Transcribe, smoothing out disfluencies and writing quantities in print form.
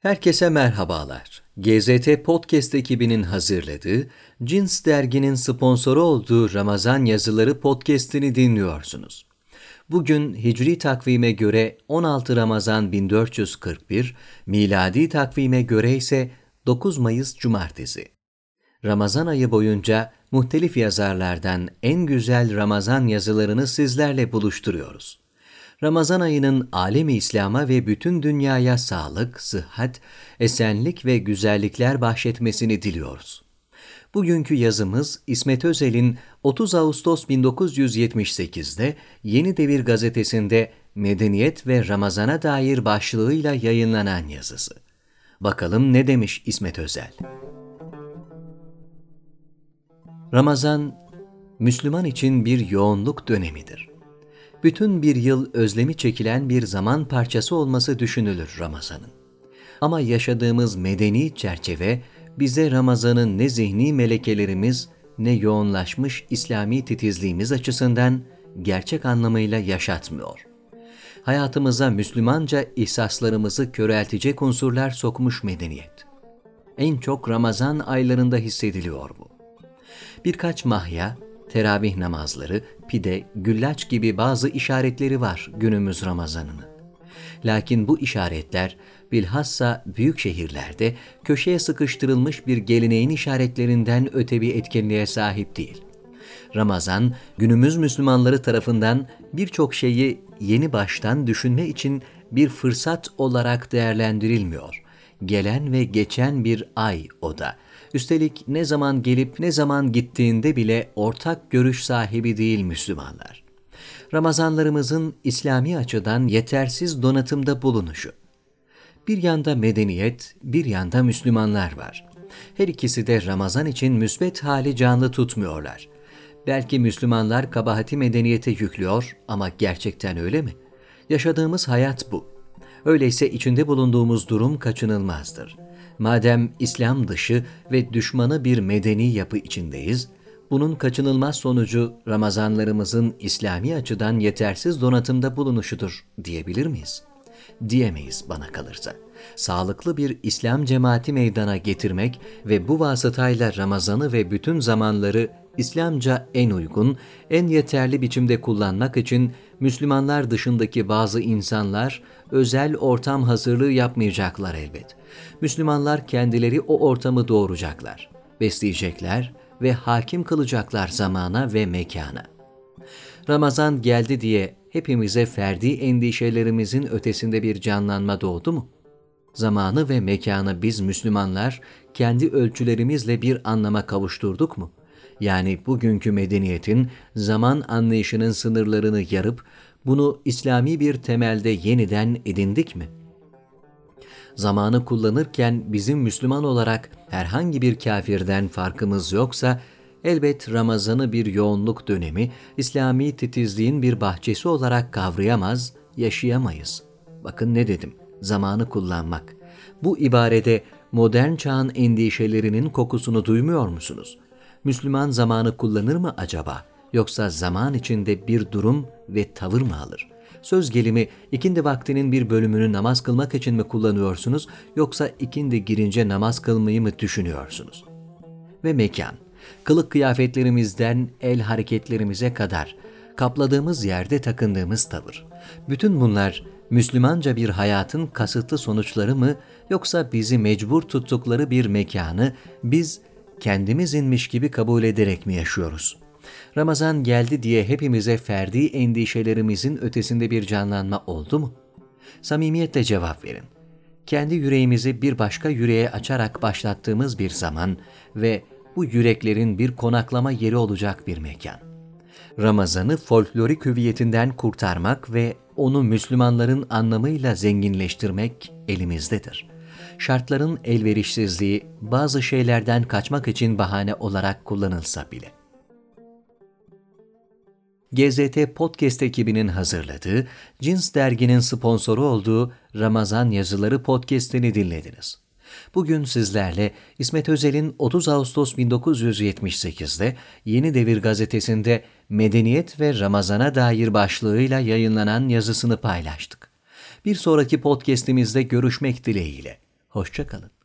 Herkese merhabalar. GZT Podcast ekibinin hazırladığı, Cins derginin sponsoru olduğu Ramazan Yazıları podcast'ini dinliyorsunuz. Bugün Hicri takvime göre 16 Ramazan 1441, miladi takvime göre ise 9 Mayıs Cumartesi. Ramazan ayı boyunca muhtelif yazarlardan en güzel Ramazan yazılarını sizlerle buluşturuyoruz. Ramazan ayının alemi İslam'a ve bütün dünyaya sağlık, sıhhat, esenlik ve güzellikler bahşetmesini diliyoruz. Bugünkü yazımız İsmet Özel'in 30 Ağustos 1978'de Yeni Devir gazetesinde Medeniyet ve Ramazan'a dair başlığıyla yayınlanan yazısı. Bakalım ne demiş İsmet Özel? Ramazan, Müslüman için bir yoğunluk dönemidir. Bütün bir yıl özlemi çekilen bir zaman parçası olması düşünülür Ramazan'ın. Ama yaşadığımız medeni çerçeve bize Ramazan'ın ne zihni melekelerimiz ne yoğunlaşmış İslami titizliğimiz açısından gerçek anlamıyla yaşatmıyor. Hayatımıza Müslümanca ihsaslarımızı köreltecek unsurlar sokmuş medeniyet. En çok Ramazan aylarında hissediliyor bu. Birkaç mahya, teravih namazları, pide, güllaç gibi bazı işaretleri var günümüz Ramazan'ını. Lakin bu işaretler bilhassa büyük şehirlerde köşeye sıkıştırılmış bir geleneğin işaretlerinden öte bir etkinliğe sahip değil. Ramazan, günümüz Müslümanları tarafından birçok şeyi yeni baştan düşünme için bir fırsat olarak değerlendirilmiyor. Gelen ve geçen bir ay o da. Üstelik ne zaman gelip ne zaman gittiğinde bile ortak görüş sahibi değil Müslümanlar. Ramazanlarımızın İslami açıdan yetersiz donatımda bulunuşu. Bir yanda medeniyet, bir yanda Müslümanlar var. Her ikisi de Ramazan için müsbet hali canlı tutmuyorlar. Belki Müslümanlar kabahati medeniyete yüklüyor ama gerçekten öyle mi? Yaşadığımız hayat bu. Öyleyse içinde bulunduğumuz durum kaçınılmazdır. Madem İslam dışı ve düşmanı bir medeni yapı içindeyiz, bunun kaçınılmaz sonucu Ramazanlarımızın İslami açıdan yetersiz donatımda bulunuşudur diyebilir miyiz? Diyemeyiz bana kalırsa. Sağlıklı bir İslam cemaati meydana getirmek ve bu vasıtayla Ramazan'ı ve bütün zamanları İslamca en uygun, en yeterli biçimde kullanmak için Müslümanlar dışındaki bazı insanlar özel ortam hazırlığı yapmayacaklar elbet. Müslümanlar kendileri o ortamı doğuracaklar, besleyecekler ve hakim kılacaklar zamana ve mekana. Ramazan geldi diye hepimize ferdi endişelerimizin ötesinde bir canlanma doğdu mu? Zamanı ve mekanı biz Müslümanlar kendi ölçülerimizle bir anlama kavuşturduk mu? Yani bugünkü medeniyetin zaman anlayışının sınırlarını yarıp bunu İslami bir temelde yeniden edindik mi? Zamanı kullanırken bizim Müslüman olarak herhangi bir kafirden farkımız yoksa, elbet Ramazan'ı bir yoğunluk dönemi, İslami titizliğin bir bahçesi olarak kavrayamaz, yaşayamayız. Bakın ne dedim, zamanı kullanmak. Bu ibarede modern çağın endişelerinin kokusunu duymuyor musunuz? Müslüman zamanı kullanır mı acaba? Yoksa zaman içinde bir durum ve tavır mı alır? Söz gelimi ikindi vaktinin bir bölümünü namaz kılmak için mi kullanıyorsunuz yoksa ikindi girince namaz kılmayı mı düşünüyorsunuz? Ve mekan, kılık kıyafetlerimizden el hareketlerimize kadar kapladığımız yerde takındığımız tavır. Bütün bunlar Müslümanca bir hayatın kasıtlı sonuçları mı yoksa bizi mecbur tuttukları bir mekanı biz kendimizinmiş gibi kabul ederek mi yaşıyoruz? Ramazan geldi diye hepimize ferdi endişelerimizin ötesinde bir canlanma oldu mu? Samimiyetle cevap verin. Kendi yüreğimizi bir başka yüreğe açarak başlattığımız bir zaman ve bu yüreklerin bir konaklama yeri olacak bir mekan. Ramazan'ı folklorik hüviyetinden kurtarmak ve onu Müslümanların anlamıyla zenginleştirmek elimizdedir. Şartların elverişsizliği bazı şeylerden kaçmak için bahane olarak kullanılsa bile. GZT Podcast ekibinin hazırladığı, Cins derginin sponsoru olduğu Ramazan Yazıları podcast'ini dinlediniz. Bugün sizlerle İsmet Özel'in 30 Ağustos 1978'de Yeni Devir gazetesinde Medeniyet ve Ramazan'a dair başlığıyla yayınlanan yazısını paylaştık. Bir sonraki podcast'imizde görüşmek dileğiyle. Hoşça kalın.